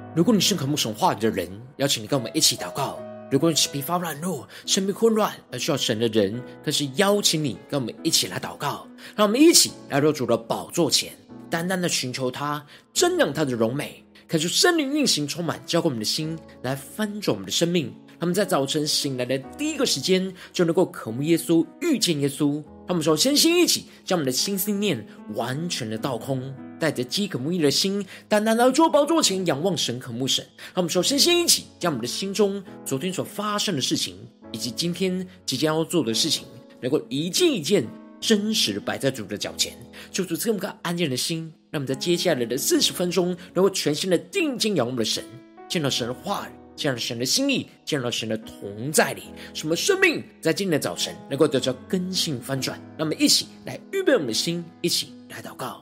如果你是渴慕神话语的人，邀请你跟我们一起祷告。如果你是疲乏软弱、生命混乱而需要神的人，更是邀请你跟我们一起来祷告。让我们一起来到主的宝座前，单单的寻求他，瞻仰他的荣美，恳求圣灵运行充满，浇灌我们的心，来翻转我们的生命。让我们在早晨醒来的第一个时间，就能够渴慕耶稣，遇见耶稣。让我们首先一起将我们的心思念完全的倒空，带着饥渴慕义的心，单单来到宝座前仰望神，渴慕神。让我们首先一起将我们的心中昨天所发生的事情，以及今天即将要做的事情，能够一件一件真实的摆在主的脚前。求主赐我们个安静的心，让我们在接下来的40分钟能够全心的定睛仰望我们的神，见到神的话语，见到神的心意，见到神的同在里，使我们生命在今天的早晨能够得到更新翻转。让我们一起来预备我们的心，一起来祷告。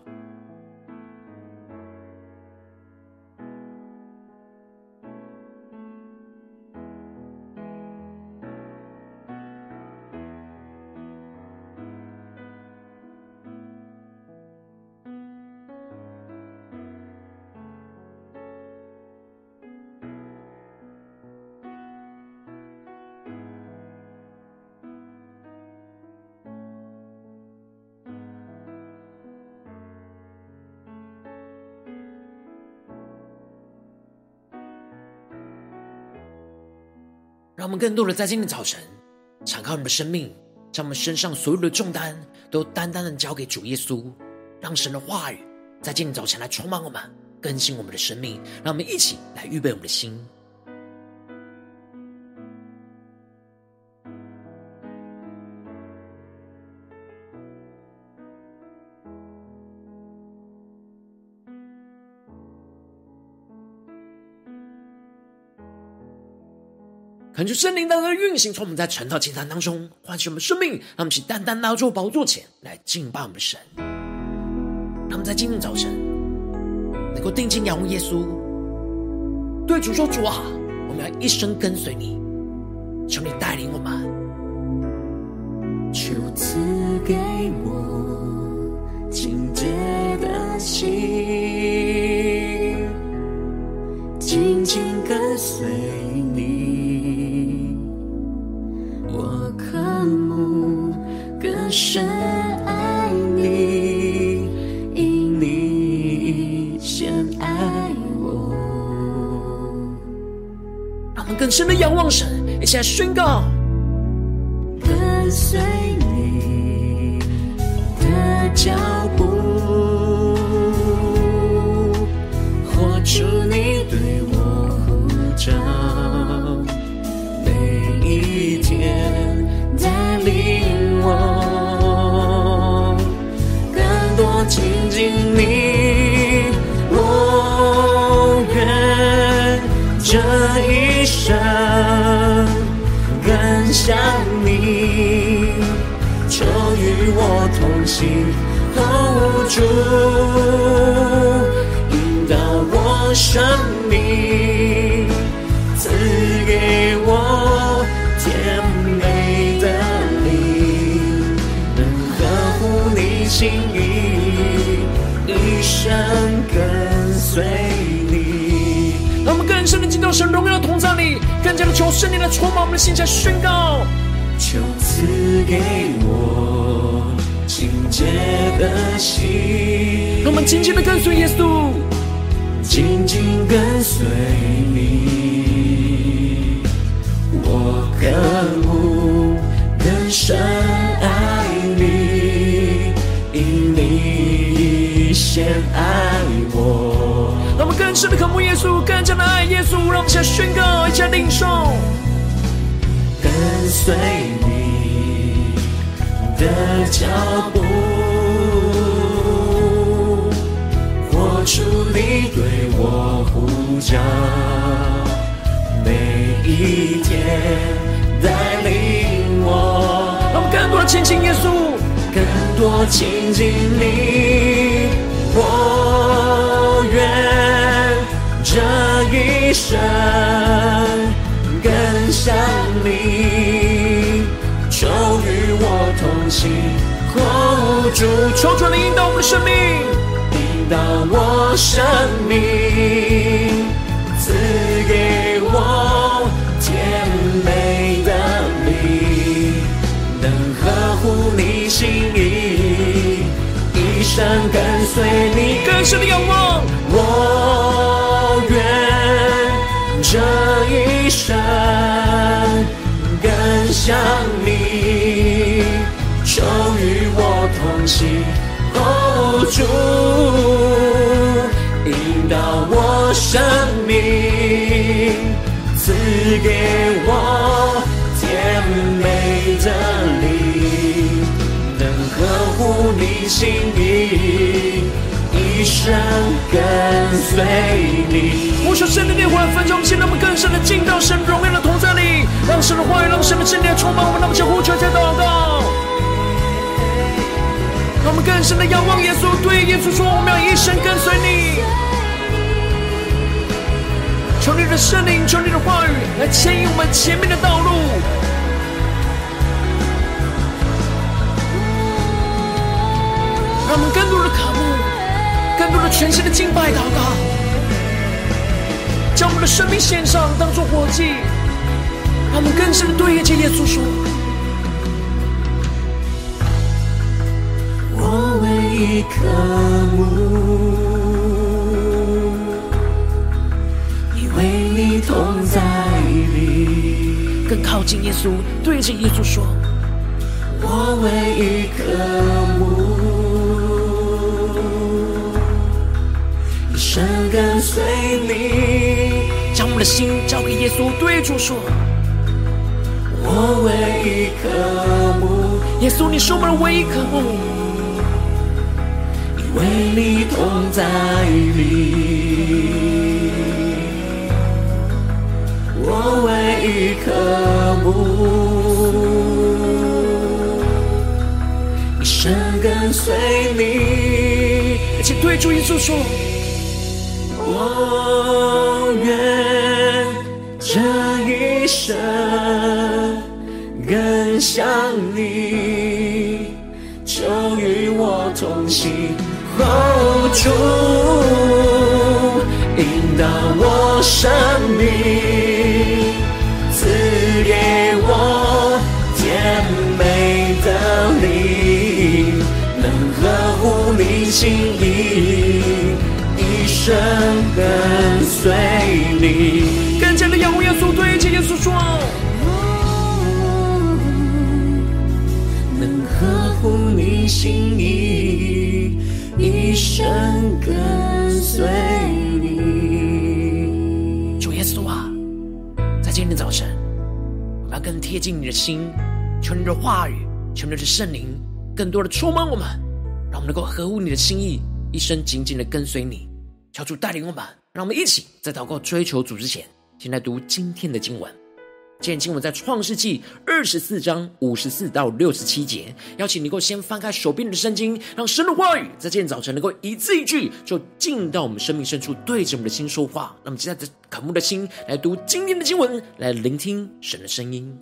让我们更多的在今天早晨敞开我们的生命，将我们身上所有的重担都单单的交给主耶稣，让神的话语在今天早晨来充满我们，更新我们的生命。让我们一起来预备我们的心。恳求圣灵当中的运行，从我们在晨祷祭坛当中唤醒我们生命，让我们一起单单来到宝座前来敬拜我们的神。让我们在今天早晨能够定睛仰望耶稣，对主说：主啊，我们要一生跟随你，求你带领我们。 求赐给我清洁的心，紧紧跟随你。我渴慕更深爱你，因你先爱我。 让我们更深的仰望神，一起来宣告： 跟随你的脚步，活出你对我呼召，每一天带领我更多亲近你。我愿这一生更像你，求与我同行，hold住，引导我生命，赐给我甜美的灵，能合乎你心意，一生跟随你。 让我们更深的进到神荣耀的同在里，更加的求圣灵来充满我们的心，才宣告： 求赐给我清洁的心。 让我们紧紧的跟随耶稣， 紧紧跟随你。我渴慕更深爱你，因你先爱我。 让我们更深的渴慕耶稣，更加的爱耶稣。让我们一起来宣告，一起来领受。 跟随你的脚步，活出你对我呼召，每一天带领我。 让我们更多的亲近耶稣， 更多亲近你。我愿这一生更像你，求与我同行，hold住， 求主来引导我们的生命， 引导我生命，赐赐给我甜美的灵，能合乎你心意，一生跟随你。 更深的仰望， 我愿这一生更像你，求与我同行，主引导我生命，赐给我甜美的灵，能合乎你心意，一生跟随你。 我说神的烈火焚烧，现在我们更深的进到神荣耀的同在里，让神的话语，让神的圣灵充满我们，让我们呼求加祷告。让我们更深的仰望耶稣，对耶稣说：我们要一生跟随你。求你的圣灵，求你的话语来牵引我们前面的道路。让我们更多的渴慕，更多的全心的敬拜祷告，将我们的生命献上，当作活祭。让我们更深的对耶稣说： 我唯一渴慕，因为你同在里。 更靠近耶稣，对着耶稣说： 我唯一渴慕，一生跟随你。 将我们的心交给耶稣，对主说： 我唯一渴慕， 耶稣，你是我们的唯一渴慕， 因为你同在里。我唯一渴慕，一生跟随你。 请对主耶稣说： 我愿这一生更像你，就与我同行，主引导我生命，赐给我甜美的灵，能合乎你心意，一生跟随你。 更加的仰望耶稣，对着耶稣说： 能合乎你心意，一生跟随你。 主耶稣啊，在今天的早晨，我们要更贴近你的心，求你的话语，求你的圣灵更多的充满我们，让我们能够合乎你的心意，一生紧紧的跟随你。求主带领我们，让我们一起在祷告追求主之前，先来读今天的经文。今天经文在创世纪24章54到67节，邀请你能够先翻开手边的圣经，让神的话语在今天早晨能够一字一句就进到我们生命深处，对着我们的心说话。让我们现在渴慕的心来读今天的经文，来聆听神的声音。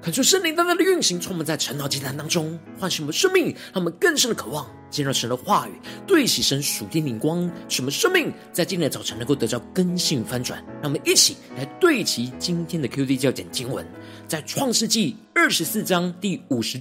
恳求圣灵单单的运行，充满在晨祷祭坛当中，唤醒我们生命，让我们更深的渴望进入神的话语，对齐神属天灵光，使我们生命在今天的早晨能够得到更新翻转。让我们一起来对齐今天的 QD 教简经文，在创世纪24章第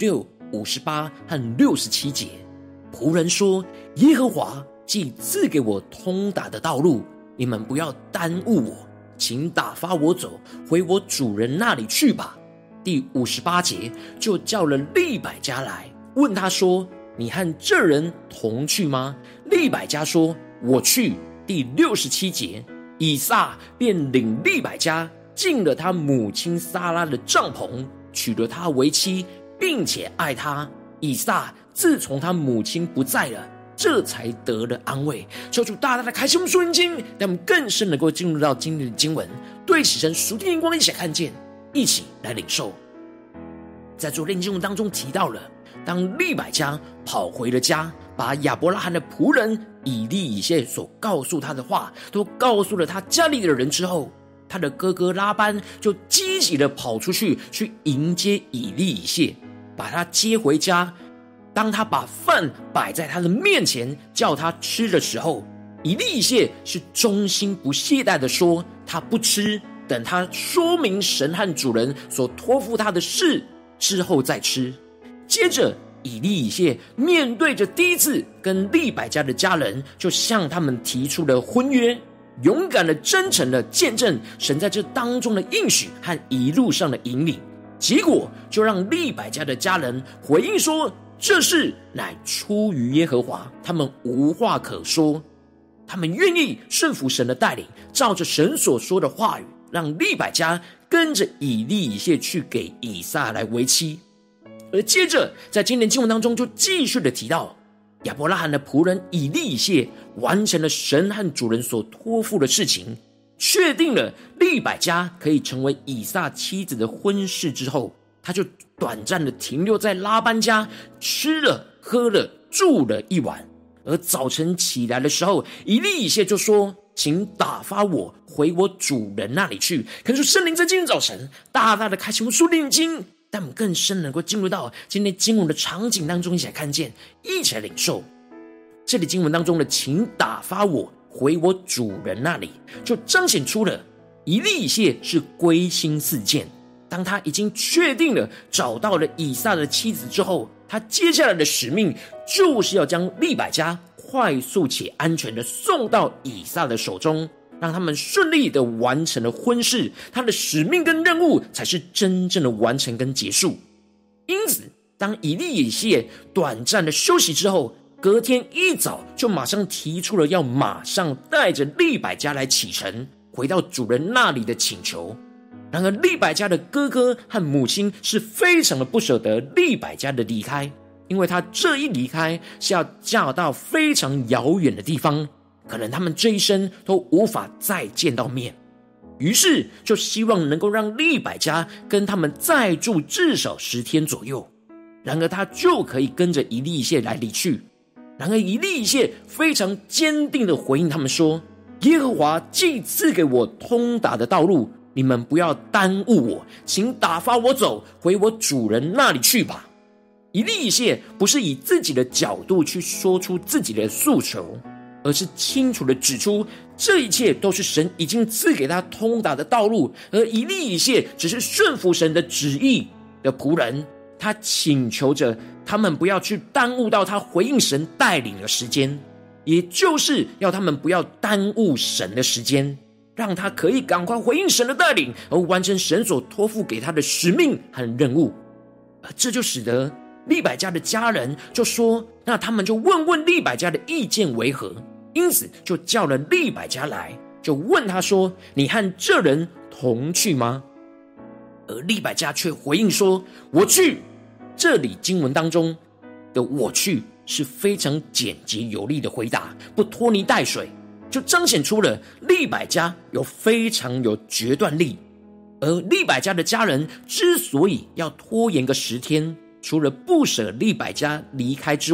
56、58和67节。仆人说：耶和华既赐给我通达的道路，你们不要耽误我，请打发我走，回我主人那里去吧。第58节，就叫了利百加来，问他说：你和这人同去吗？利百加说：我去。第67节，以撒便领利百加进了他母亲撒拉的帐篷，娶了她为妻，并且爱她。以撒自从他母亲不在了，这才得了安慰。求主大大的开启我们属灵经，让我们更深能够进入到今天的经文，对齐神属天灵光，一起看见，一起来领受。在昨天经文当中提到了，当利百加跑回了家，把亚伯拉罕的仆人以利以谢所告诉他的话都告诉了他家里的人之后，他的哥哥拉班就积极的跑出去迎接以利以谢，把他接回家。当他把饭摆在他的面前叫他吃的时候，以利以谢是忠心不懈怠的说他不吃，等他说明神和主人所托付他的事之后再吃。接着以利以谢面对着第一次跟利百加的家人，就向他们提出了婚约，勇敢的真诚的见证神在这当中的应许和一路上的引领。结果就让利百加的家人回应说，这事乃出于耶和华，他们无话可说。他们愿意顺服神的带领，照着神所说的话语，让利百加跟着以利以谢去给以撒来为妻。而接着在今天经文当中就继续的提到，亚伯拉罕的仆人以利以谢完成了神和主人所托付的事情，确定了利百加可以成为以撒妻子的婚事之后，他就短暂的停留在拉班家，吃了喝了住了一晚。而早晨起来的时候，以利以谢就说，请打发我回我主人那里去。恳求圣灵在今天早晨大大的开启我们属灵眼睛，但我们更深能够进入到今天经文的场景当中，一起来看见，一起来领受。这里经文当中的请打发我回我主人那里，就彰显出了以利以谢是归心似箭。当他已经确定了找到了以撒的妻子之后，他接下来的使命就是要将利百加快速且安全的送到以撒的手中，让他们顺利的完成了婚事。他的使命跟任务才是真正的完成跟结束。因此当以利以谢短暂的休息之后，隔天一早就马上提出了要马上带着利百加来启程回到主人那里的请求。然而利百加的哥哥和母亲是非常的不舍得利百加的离开，因为他这一离开是要嫁到非常遥远的地方，可能他们这一生都无法再见到面。于是就希望能够让利百加跟他们再住至少10天左右，然而他就可以跟着以利以谢来离去。然而以利以谢非常坚定的回应他们说，耶和华既赐给我通达的道路，你们不要耽误我，请打发我走，回我主人那里去吧。以利以谢不是以自己的角度去说出自己的诉求，而是清楚的指出这一切都是神已经赐给他通达的道路，而以利以谢只是顺服神的旨意的仆人。他请求着他们不要去耽误到他回应神带领的时间，也就是要他们不要耽误神的时间，让他可以赶快回应神的带领，而完成神所托付给他的使命和任务。而这就使得利百加的家人就说，那他们就问利百加的意见为何，因此就叫了利百加来，就问他说，你和这人同去吗？而利百加却回应说，我去。这里经文当中的我去是非常简洁有力的回答，不拖泥带水，就彰显出了利百加非常有决断力。而利百加的家人之所以要拖延个10天，除了不舍利百加离开之外，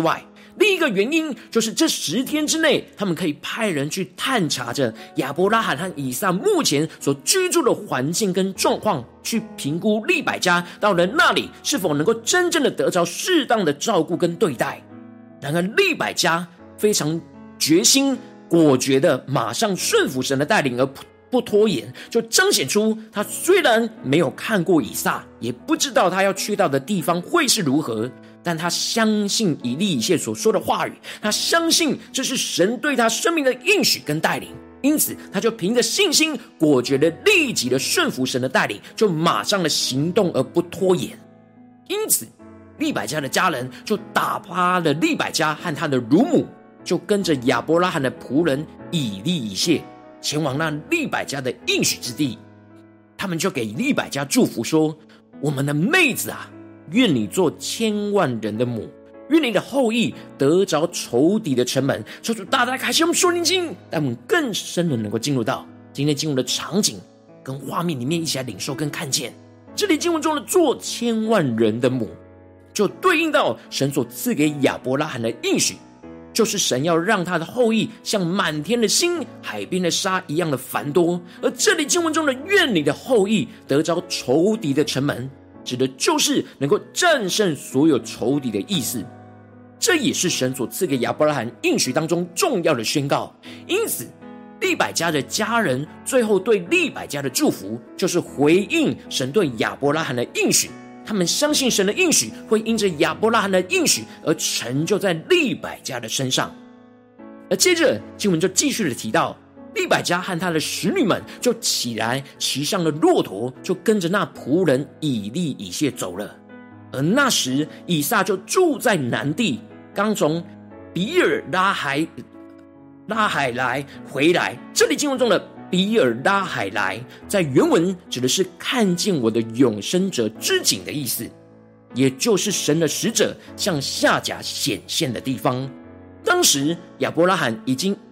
另一个原因就是这10天之内，他们可以派人去探查着亚伯拉罕和以撒目前所居住的环境跟状况，去评估利百加到了那里是否能够真正的得着适当的照顾跟对待。然而利百加非常决心果决的马上顺服神的带领，而不拖延，就彰显出他虽然没有看过以撒，也不知道他要去到的地方会是如何，但他相信以利以谢所说的话语，他相信这是神对他生命的应许跟带领，因此他就凭着信心果决的立即的顺服神的带领，就马上的行动而不拖延。因此利百加的家人就打发了利百加和他的乳母，就跟着亚伯拉罕的仆人以利以谢前往那利百加的应许之地。他们就给利百加祝福说，我们的妹子啊，愿你做千万人的母，愿你的后裔得着仇敌的城门。求主大大开启我们属灵经，让我们更深的能够进入到今天进入的场景跟画面里面，一起来领受跟看见。这里经文中的做千万人的母，就对应到神所赐给亚伯拉罕的应许，就是神要让他的后裔像满天的星、海边的沙一样的繁多。而这里经文中的愿你的后裔得着仇敌的城门，指的就是能够战胜所有仇敌的意思。这也是神所赐给亚伯拉罕应许当中重要的宣告。因此利百加的家人最后对利百加的祝福，就是回应神对亚伯拉罕的应许。他们相信神的应许会因着亚伯拉罕的应许而成就在利百加的身上。而接着经文就继续的提到，利百加和他的使女们就起来，骑上了骆驼，就跟着那仆人以利以谢走了。而那时以撒就住在南地，刚从比尔拉海来回来。这里经文中的比尔拉海来，在原文指的是看见我的永生者之景的意思，也就是神的使者向夏甲显现的地方。当时亚伯拉罕已经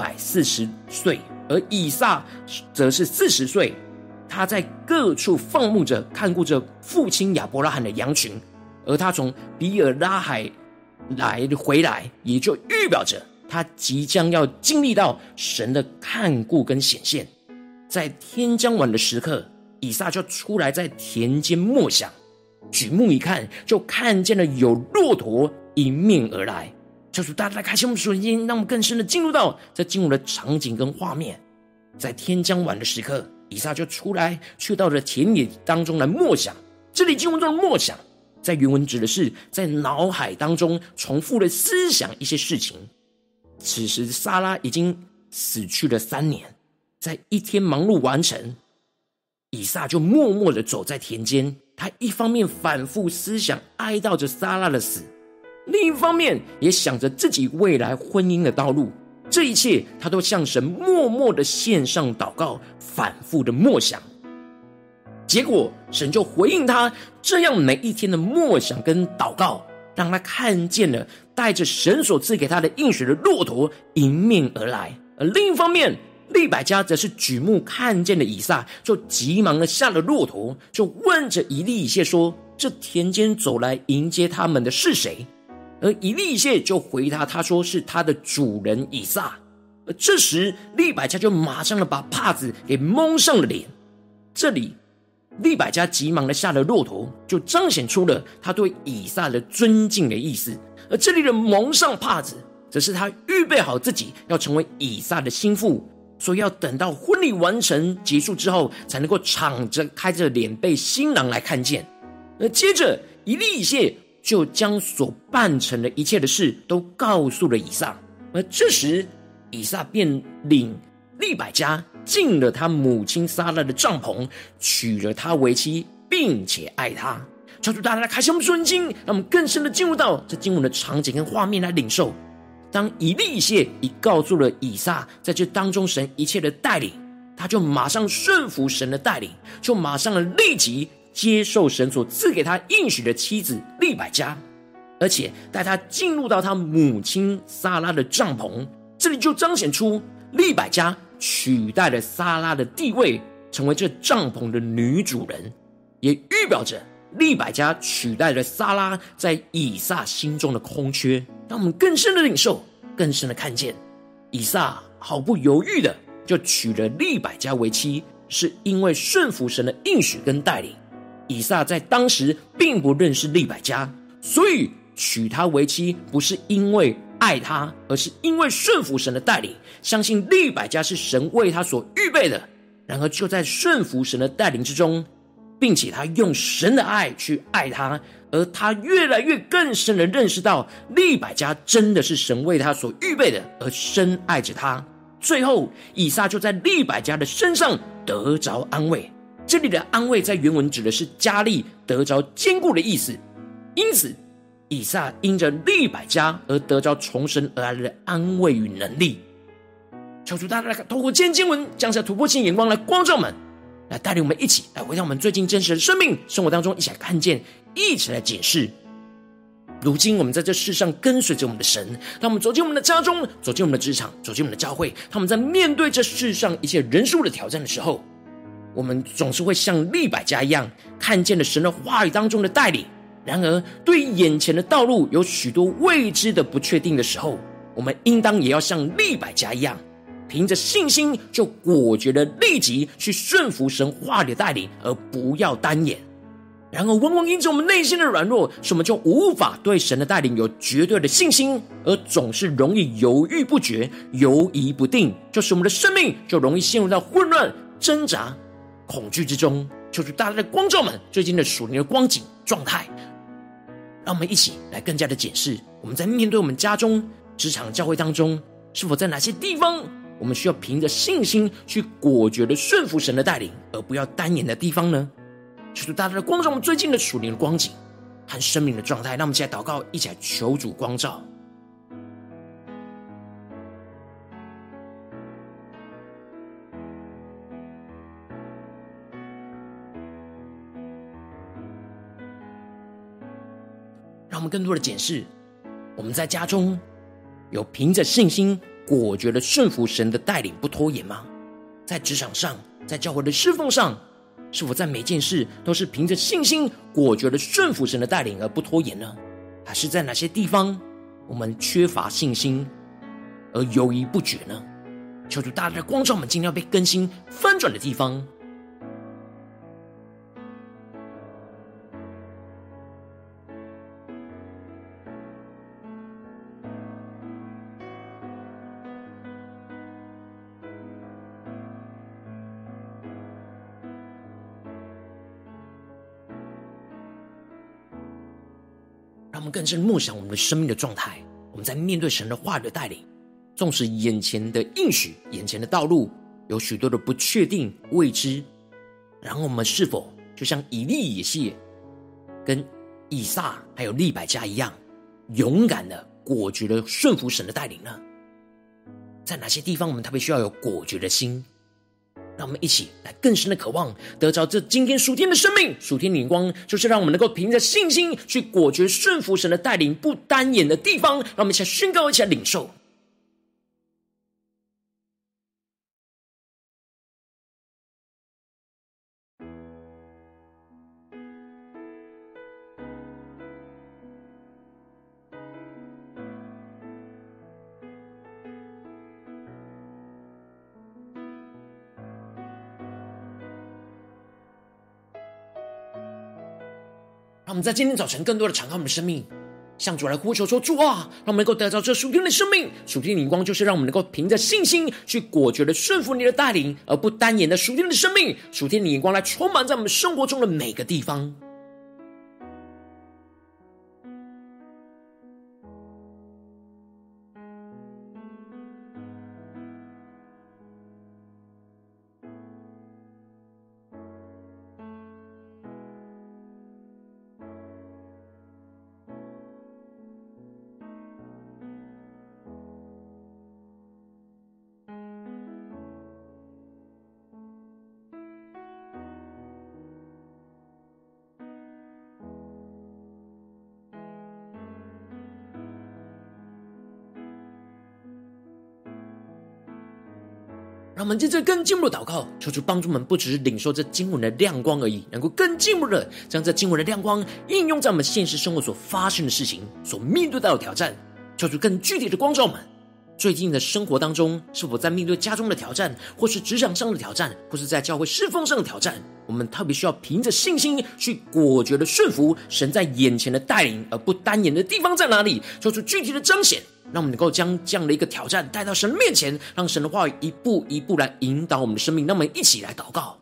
140岁，而以撒则是40岁。他在各处放牧着，看顾着父亲亚伯拉罕的羊群。而他从比尔拉海来回来，也就预表着他即将要经历到神的看顾跟显现。在天将晚的时刻，以撒就出来在田间默想，举目一看，就看见了有骆驼迎面而来。求主大大开启我们属灵心，让我们更深的进入到这经文的场景跟画面。在天将晚的时刻，以撒就出来，去到了田野当中来默想。这里经文中的默想，在原文指的是在脑海当中重复的思想一些事情。此时撒拉已经死去了3年，在一天忙碌完成，以撒就默默的走在田间。他一方面反复思想哀悼着撒拉的死，另一方面也想着自己未来婚姻的道路。这一切他都向神默默的献上祷告，反复的默想。结果神就回应他这样每一天的默想跟祷告，让他看见了带着神所赐给他的应许的骆驼迎面而来。而另一方面，利百加则是举目看见了以撒，就急忙的下了骆驼，就问着以利以谢说，这田间走来迎接他们的是谁？而以利以谢就回答他说，是他的主人以撒。而这时利百加就马上的把帕子给蒙上了脸。这里利百加急忙的下了骆驼，就彰显出了他对以撒的尊敬的意思。而这里的蒙上帕子，则是他预备好自己要成为以撒的心腹，所以要等到婚礼完成结束之后，才能够敞着开着脸被新郎来看见。而接着以利以谢就将所办成的一切的事都告诉了以撒。而这时以撒便领利百加进了他母亲撒拉的帐篷，娶了她为妻，并且爱她。求主大家来开启我们属灵经，让我们更深的进入到这经文的场景跟画面来领受。当以利以谢已告诉了以撒在这当中神一切的带领，他就马上顺服神的带领，就马上的立即接受神所赐给他应许的妻子利百加，而且带他进入到他母亲撒拉的帐篷。这里就彰显出利百加取代了撒拉的地位，成为这帐篷的女主人，也预表着利百加取代了撒拉在以撒心中的空缺，让我们更深的领受，更深的看见，以撒毫不犹豫的就娶了利百加为妻，是因为顺服神的应许跟带领。以撒在当时并不认识利百加，所以娶她为妻不是因为爱她，而是因为顺服神的带领，相信利百加是神为他所预备的。然而就在顺服神的带领之中，并且他用神的爱去爱他，而他越来越更深的认识到利百加真的是神为他所预备的，而深爱着他。最后以撒就在利百加的身上得着安慰，这里的安慰在原文指的是加力得着坚固的意思。因此以撒因着利百加而得着从神而来的安慰与能力。求主大家透过今天经文降下突破性眼光来光照我们，来带领我们一起来回到我们最近真实的生命生活当中，一起来看见，一起来解释。如今我们在这世上跟随着我们的神，当我们走进我们的家中，走进我们的职场，走进我们的教会，当我们在面对这世上一切人数的挑战的时候，我们总是会像利百加一样，看见了神的话语当中的带领。然而对眼前的道路有许多未知的不确定的时候，我们应当也要像利百加一样，凭着信心就果决的立即去顺服神话语的带领，而不要单眼。然而往往因着我们内心的软弱，使我们就无法对神的带领有绝对的信心，而总是容易犹豫不决，犹疑不定，就使我们的生命就容易陷入到混乱、挣扎、恐惧之中。求主大家的光照们最近的属灵的光景状态，让我们一起来更加的检视，我们在面对我们家中、职场、教会当中，是否在哪些地方我们需要凭着信心去果决的顺服神的带领，而不要单言的地方呢？求主大家的光照我们最近的属灵的光景和生命的状态，让我们一起来祷告，一起来求主光照。让我们更多的检视，我们在家中有凭着信心果决的顺服神的带领不拖延吗？在职场上，在教会的侍奉上，是否在每件事都是凭着信心果决的顺服神的带领而不拖延呢？还是在哪些地方我们缺乏信心而犹豫不决呢？求主大家的光照我们今天要被更新翻转的地方。让我们更深默想我们的生命的状态，我们在面对神的话语的带领，纵使眼前的应许、眼前的道路有许多的不确定未知，然后我们是否就像以利以谢跟以撒还有利百加一样，勇敢的果决的顺服神的带领呢？在哪些地方我们特别需要有果决的心？让我们一起来更深的渴望得着这今天属天的生命、属天的眼光，就是让我们能够凭着信心去果决顺服神的带领不单言的地方。让我们一起来宣告，一起来领受。让我们在今天早晨更多的敞开我们的生命，向主来呼求说：主啊，让我们能够得到这属天的生命、属天的眼光，就是让我们能够凭着信心去果决的顺服你的带领，而不单言的属天的生命、属天的眼光来充满在我们生活中的每个地方。 让我们接着更进一步的祷告，求主帮助我们，不只是领受这经文的亮光而已，能够更进一步的将这经文的亮光应用在我们现实生活所发生的事情、所面对到的挑战。求主更具体的光照我们，最近的生活当中，是否在面对家中的挑战，或是职场上的挑战，或是在教会侍奉上的挑战，我们特别需要凭着信心去果决的顺服神在眼前的带领，而不单言的地方在哪里？求主具体的彰显，让我们能够将这样的一个挑战带到神面前，让神的话语一步一步来引导我们的生命。让我们一起来祷告。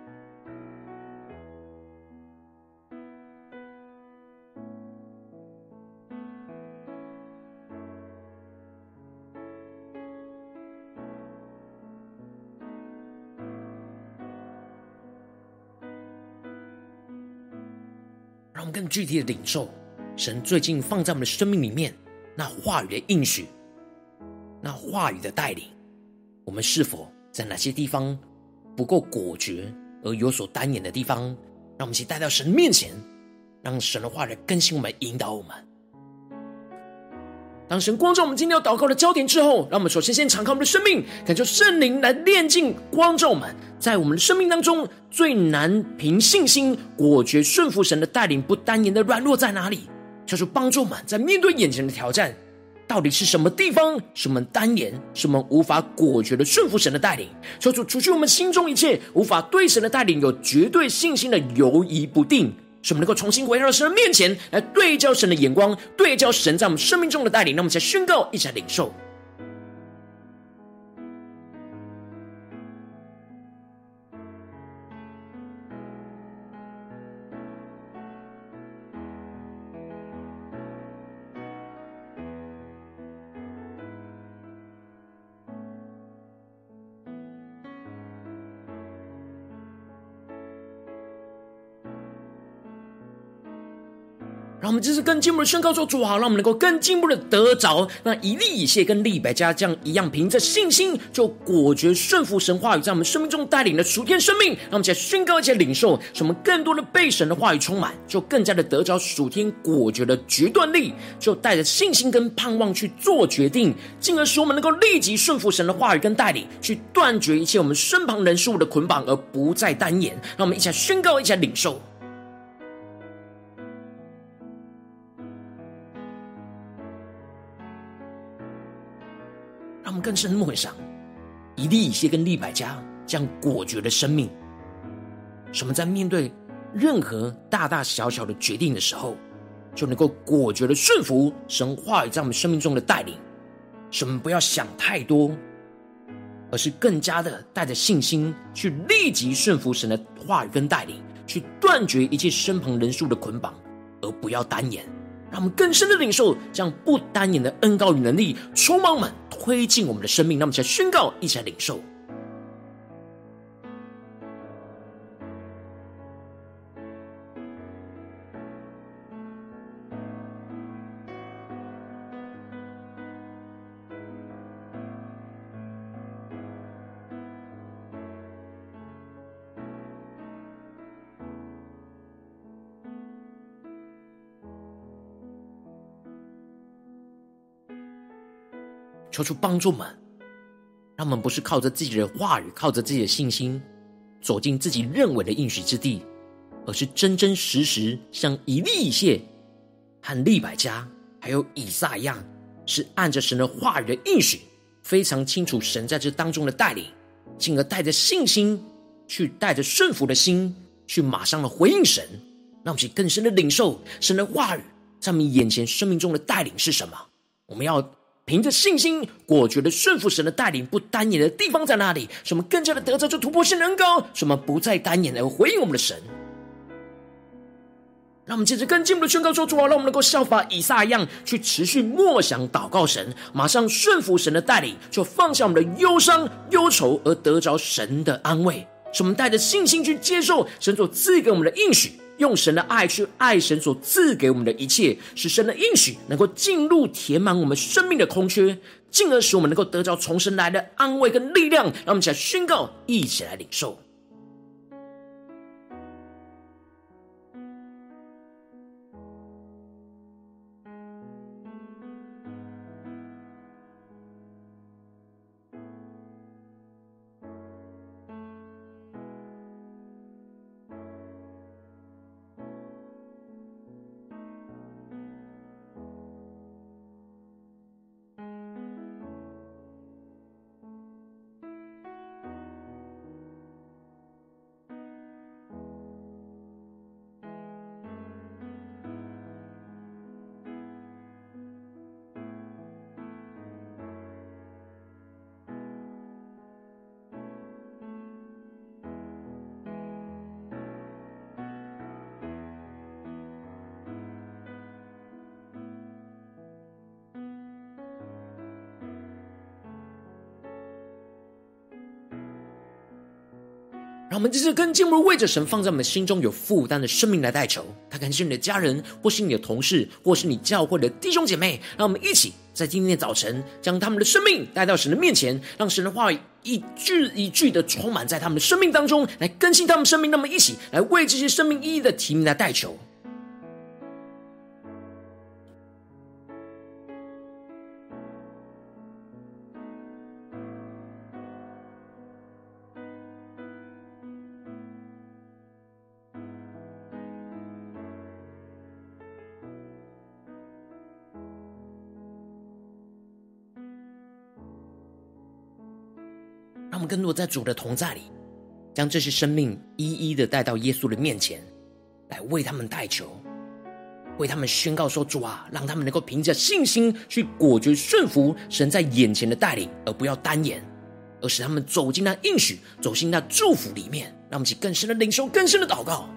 让我们更具体的领受神最近放在我们的生命里面那话语的应许，那话语的带领。我们是否在哪些地方不够果决而有所单言的地方，让我们一起带到神面前，让神的话语更新我们，引导我们。当神光照我们今天要祷告的焦点之后，让我们首先敞开我们的生命，感受圣灵来炼净光照我们，在我们的生命当中最难凭信心果决顺服神的带领不单言的软弱在哪里？求主帮助我们在面对眼前的挑战，到底是什么地方，什么单言，什么无法果决的顺服神的带领？求主除去我们心中一切无法对神的带领有绝对信心的犹疑不定，使我们能够重新回到神的面前，来对焦神的眼光，对焦神在我们生命中的带领。让我们一起来宣告，一起来领受。让我们这次更进一步的宣告说，主好，让我们能够更进一步的得着那以利以谢跟利百加这样一样，凭着信心就果决顺服神话语在我们生命中带领的属天生命。让我们一起来宣告，一起来领受，使我们更多的被神的话语充满，就更加的得着属天果决的决断力，就带着信心跟盼望去做决定，进而使我们能够立即顺服神的话语跟带领，去断绝一切我们身旁人事物的捆绑，而不再单言。让我们一起来宣告，一起来领受。让我们更深默想以利以谢跟利百加这样果决的生命，使我们在面对任何大大小小的决定的时候，就能够果决的顺服神话语在我们生命中的带领，使我们不要想太多，而是更加的带着信心去立即顺服神的话语跟带领，去断绝一切身旁人数的捆绑，而不要单言。让我们更深的领受这样不单言的恩膏与能力，充满我们，推进我们的生命。让我们一起来宣告，一起来领受。求主帮助我们，让我们不是靠着自己的话语，靠着自己的信心走进自己认为的应许之地，而是真真实实像以利以谢和利百加还有以撒一样，是按着神的话语的应许，非常清楚神在这当中的带领，进而带着信心去带着顺服的心去马上的回应神。让我们更深的领受神的话语在我们眼前生命中的带领是什么。我们要凭着信心果决的顺服神的带领，不单言的地方在哪里，使我们更加的得着这突破性的恩膏，使我们不再单言而回应我们的神。让我们接着更进一步的宣告说，主啊，让我们能够效法以撒一样，去持续默想祷告神，马上顺服神的带领，就放下我们的忧伤忧愁，而得着神的安慰。使我们带着信心去接受神所赐给我们的应许，用神的爱去爱神所赐给我们的一切，使神的应许能够进入填满我们生命的空缺，进而使我们能够得着从神来的安慰跟力量。让我们一起来宣告，一起来领受。 我们这次更进一步为着神放在我们心中有负担的生命来代求。他可能是你的家人，或是你的同事，或是你教会的弟兄姐妹。让我们一起在今天的早晨将他们的生命带到神的面前，让神的话语一句一句的充满在他们的生命当中，来更新他们生命。那么一起来为这些生命意义的提名来代求。让我们更多在主的同在里，将这些生命一一的带到耶稣的面前，来为他们代求，为他们宣告说：主啊，让他们能够凭着信心去果决顺服神在眼前的带领，而不要单言，而使他们走进那应许，走进那祝福里面。让我们一起更深的领受，更深的祷告。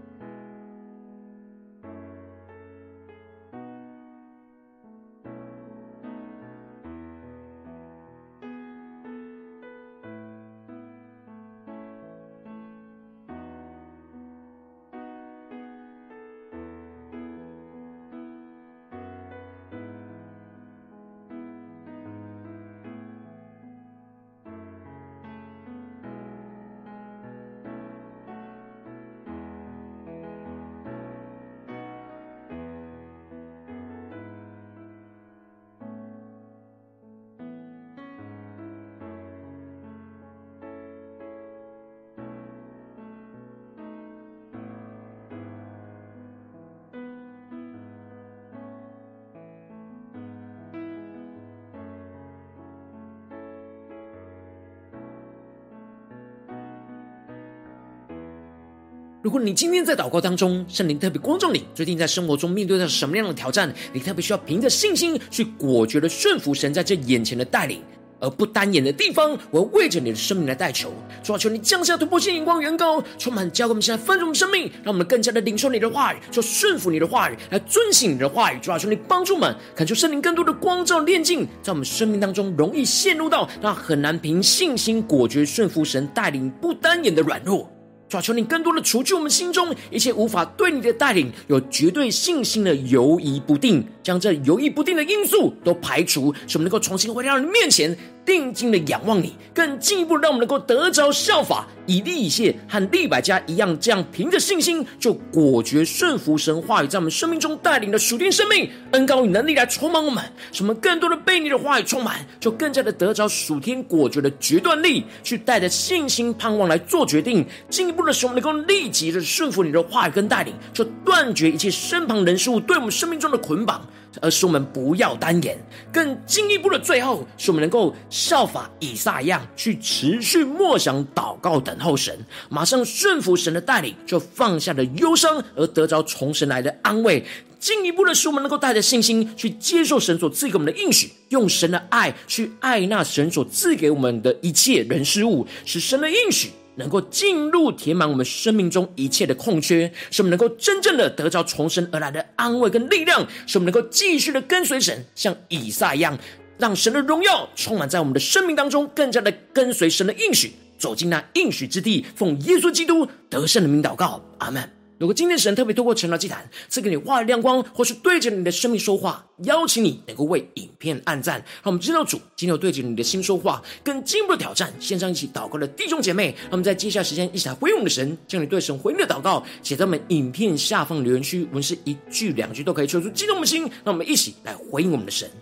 如果你今天在祷告当中，圣灵特别光照你，最近在生活中面对到什么样的挑战，你特别需要凭着信心去果决的顺服神在这眼前的带领，而不单言的地方，我要为着你的生命来代求。主啊，求你降下突破性眼光，远高充满教给我们现在丰盛的生命，让我们更加的领受你的话语，就顺服你的话语，来遵行你的话语。主啊，求你帮助我们，恳求圣灵更多的光照炼净，在我们生命当中容易陷入到那很难凭信心果决顺服神带领不单言的软弱。主啊，求你更多的除去我们心中一切无法对你的带领有绝对信心的犹疑不定，将这犹疑不定的因素都排除，使我们能够重新回到你面前，定睛的仰望你，更进一步让我们能够得着效法以利以谢和利百加一样，这样凭着信心就果决顺服神话语在我们生命中带领的属天生命，恩膏与能力来充满我们，使我们更多的被你的话语充满，就更加的得着属天果决的决断力，去带着信心盼望来做决定，进一步的使我们能够立即的顺服你的话语跟带领，就断绝一切身旁人事物对我们生命中的捆绑，而使我们不要单言。更进一步的最后，使我们能够效法以撒一样，去持续默想祷告等候神，马上顺服神的带领，就放下了忧伤，而得着从神来的安慰。进一步的使我们能够带着信心去接受神所赐给我们的应许，用神的爱去爱那神所赐给我们的一切人事物，使神的应许能够进入填满我们生命中一切的空缺，使我们能够真正的得着从神而来的安慰跟力量，使我们能够继续的跟随神，像以撒一样，让神的荣耀充满在我们的生命当中，更加的跟随神的应许，走进那应许之地，奉耶稣基督得胜的名祷告，阿们。如果今天神特别透过晨祷祭坛赐给你话语亮光，或是对着你的生命说话，邀请你能够为影片按赞，让我们知道主今天有对着你的心说话，更进一步的挑战线上一起祷告的弟兄姐妹，让我们在接下来时间一起来回应我们的神，将你对神回应的祷告写在我们影片下方留言区，无论是一句两句都可以，求出激动我们的心，让我们一起来回应我们的神。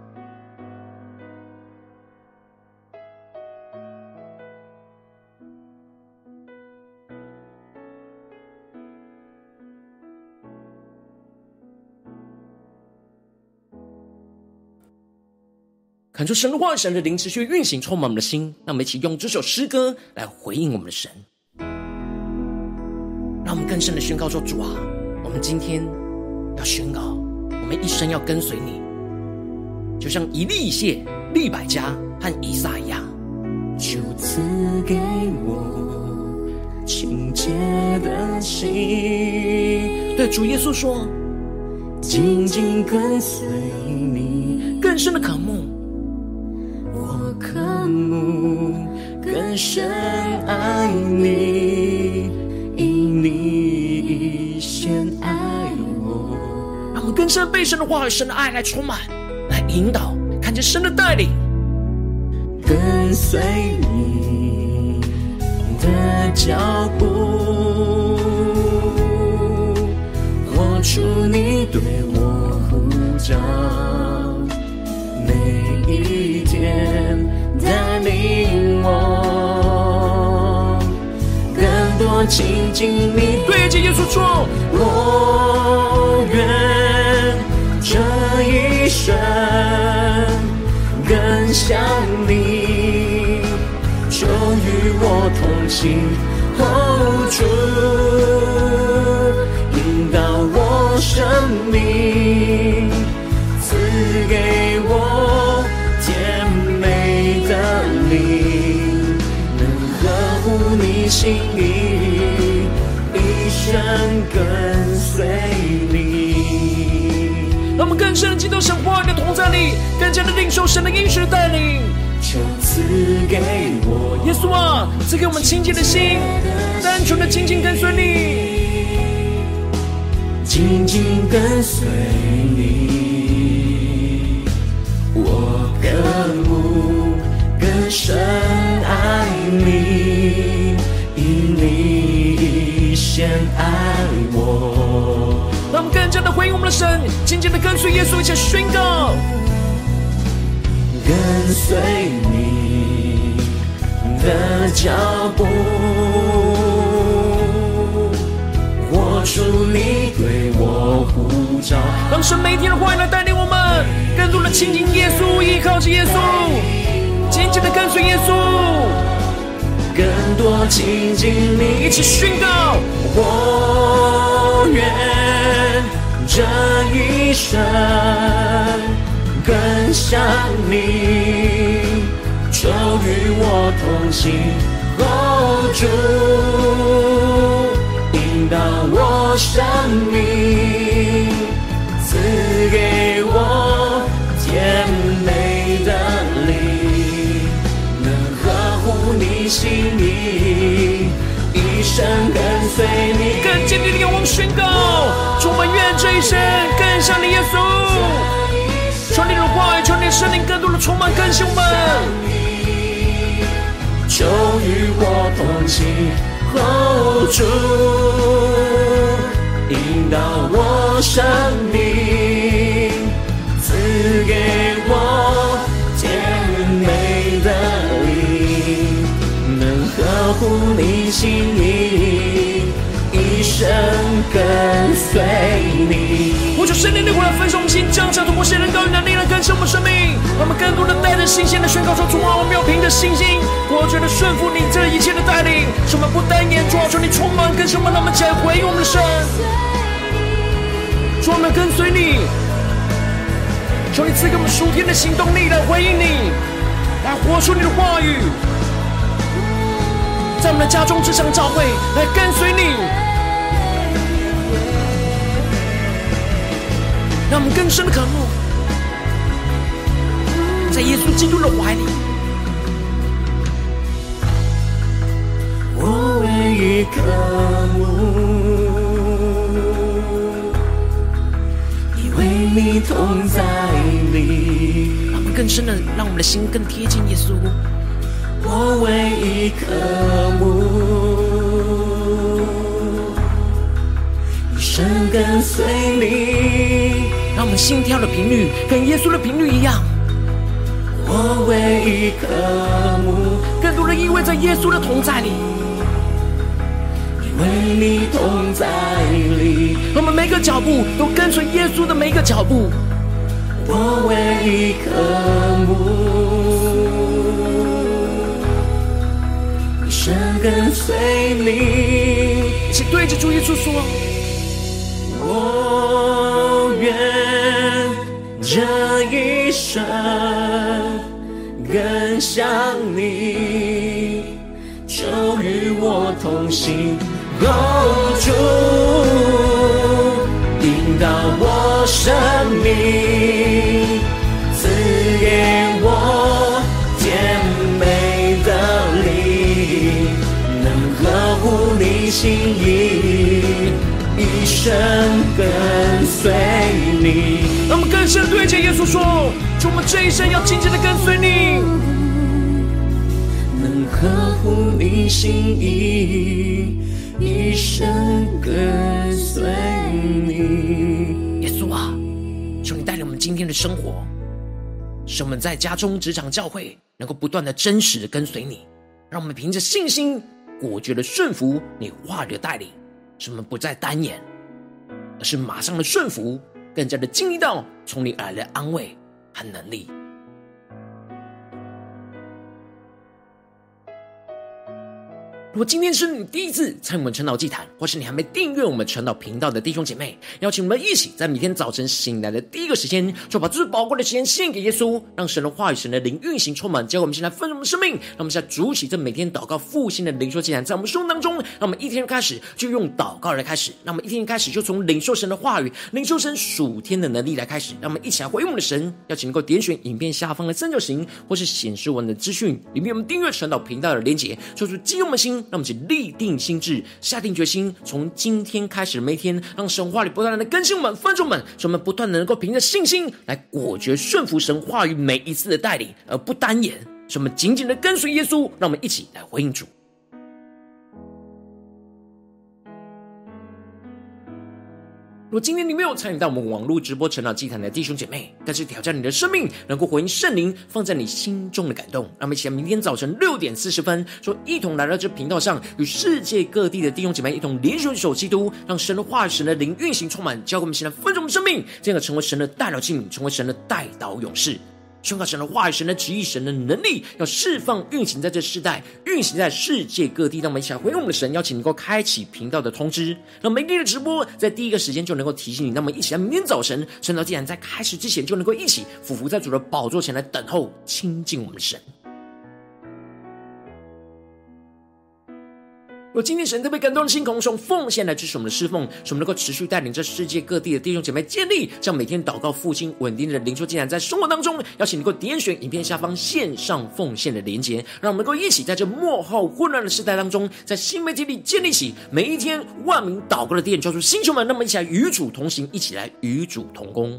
恳求神的话语，神的灵持续运行，充满我们的心。让我们一起用这首诗歌来回应我们的神，让我们更深的宣告说：主啊，我们今天要宣告，我们一生要跟随你，就像以利以谢、利百加和以撒一样。 就赐给我清洁的心， 对主耶稣说， 紧紧跟随你， 更深的渴慕， 我渴慕跟更深爱你，因你已先爱我。 让我们更深被神的话语、神的爱来充满，来引导，看见神的带领， 跟随你的脚步，活出你对我呼召，每一天带领我更多亲近你。 对着耶稣说， 我愿这一生更像你，就与我同行，hold住，引导我生命，赐给我甜美的灵，能合乎你心意，一生跟随你。 让我们更深的进到神话语的同在里，更加的领受神的应许带领， 就赐给我耶稣啊，赐给我们清洁的心，单纯的紧紧跟随你， 紧紧跟随你，我更慕更深爱你，因你先爱我。 让我们更加的回应我们的神，紧紧的跟随耶稣，一起宣告， 跟随你的脚步，活出你对我呼召。 让神每一天的话语来带领我们，更多的亲近耶稣，依靠着耶稣，紧紧的跟随耶稣， 更多亲近你。 一起宣告， 我愿这一生更像你，就与我同行，hold住，引导我生命，赐给我甜美的灵，能合乎你心意，一生跟随你。 更坚定的仰望宣告，主，我们愿这一生更像你耶稣，求你的话语，求你的圣灵更多的充满更新我们， 就与我同行，hold住，引导我生命，赐给我甜美的灵，能合乎你心意，一生跟随你。 我求圣灵的火来焚烧我们心，降下突破圣灵高与能力来更新我们生命，让我们更多的带着信心的宣告说，主啊，我们要凭着信心我觉得顺服你这一切的带领，使我们不单言，主啊，求你充满更新我们，让我们起来回应我们的神，主啊，我们跟随你，求你赐给我们属天的行动力来回应你，来活出你的话语，在我们的家中职场教会来跟随你，让我们更深的渴慕在耶稣基督的怀里。 我唯一渴慕，以为你同在里， 让我们更深的让我们的心更贴近耶稣。 我唯一渴慕，一生跟随你， 让我们心跳的频率跟耶稣的频率一样。 我唯一渴慕， 更多的意味在耶稣的同在里， 因为你同在里， 我们每个脚步都跟随耶稣的每一个脚步。 我唯一渴慕，一生跟随你。 一起对着主耶稣说， 我愿这一生更像你，就与我同行，hold住，引导我生命，赐给我甜美的灵， 心意，一生跟随你。 让我们更深对着耶稣说，主，我们这一生要紧紧的跟随你， 能合乎你心意，一生跟随你。 耶稣啊，求你带领我们今天的生活，使我们在家中、职场、教会能够不断的真实的跟随你，让我们凭着信心果决的顺服你话语的带领，使我们不再单言，而是马上的顺服，更加的经历到从你而来的安慰和能力。如果今天是你第一次参与我们晨祷祭坛，或是你还没订阅我们晨祷频道的弟兄姐妹，邀请我们一起在每天早晨醒来的第一个时间，就把最宝贵的时间献给耶稣，让神的话语、神的灵运行充满，教会我们现在丰盛的生命。让我们现在主起这每天祷告复兴的灵修祭坛，在我们生活当中，让我们一天开始就用祷告来开始，让我们一天开始就从领受神的话语、领受神属天的能力来开始。让我们一起来回应我们的神。邀请能够点选影片下方的三角形，或是显示我们的资讯里面我们订阅晨祷频道的连结，说出激动的心。让我们一起立定心志，下定决心，从今天开始的每一天，让神话语不断的更新我们、翻转我们，使我们不断的能够凭着信心来果决顺服神话语每一次的带领，而不单言，使我们紧紧的跟随耶稣。让我们一起来回应主。如果今天你没有参与到我们网络直播晨祷祭坛的弟兄姐妹，但是挑战你的生命能够回应圣灵放在你心中的感动，让我们一起来明天早晨6点40分，说一同来到这频道上，与世界各地的弟兄姐妹一同联手守基督，让神的话语、神的灵运行充满，教会我们现在分盛我们生命，这样成为神的代祷器皿，成为神的代祷勇士，宣告神的话语、神的旨意、神的能力，要释放运行在这世代，运行在世界各地。让我们一起来回应我们的神，邀请能够开启频道的通知，让每天的直播在第一个时间就能够提醒你。那么一起来明天早晨晨祷祭坛在开始之前，就能够一起俯伏在主的宝座前来等候亲近我们的神。若今天神特别感动的心，空用奉献来支持我们的侍奉，使我们能够持续带领这世界各地的弟兄姐妹建立这样每天祷告复兴稳定的灵修进展，在生活当中，邀请能够点选影片下方线上奉献的连结，让我们能够一起在这末后混乱的时代当中，在新媒体里建立起每一天万名祷告的殿，叫出星球们，那么一起来与主同行，一起来与主同工。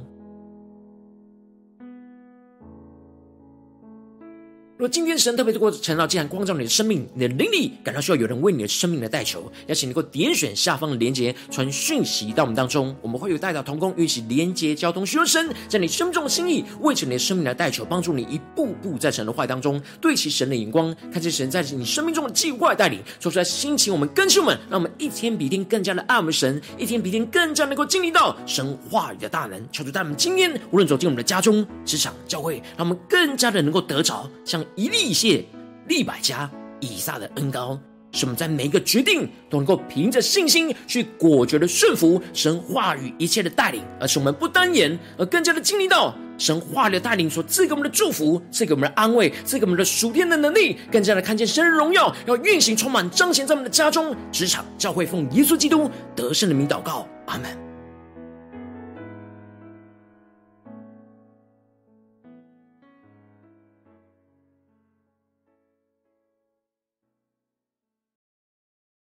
若今天神特别透过晨祷祭坛光照你的生命，你的灵里感到需要有人为你的生命来代求，邀请能够点选下方的连结，传讯息到我们当中，我们会有代祷同工一起连结交通，寻求神在你生命中的心意，为着你的生命来代求，帮助你一步步在神的话语当中对齐神的眼光，看见神在你生命中的计划带领，说出来兴起我们更新我们，让我们一天比一天更加的爱我们神，一天比一天更加能够经历到神话语的大能。求主带我们今天无论走进我们的家中、职场、教会，让我们更加的能够得着像以利谢、利百加、以撒的恩膏，使我们在每一个决定都能够凭着信心去果决的顺服神话语一切的带领，而是我们不单言，而更加的经历到神话语的带领所赐给我们的祝福，赐给我们的安慰，赐给我们的属天的能力，更加的看见神的荣耀要运行充满彰显在我们的家中、职场、教会，奉耶稣基督得胜的名祷告，阿们。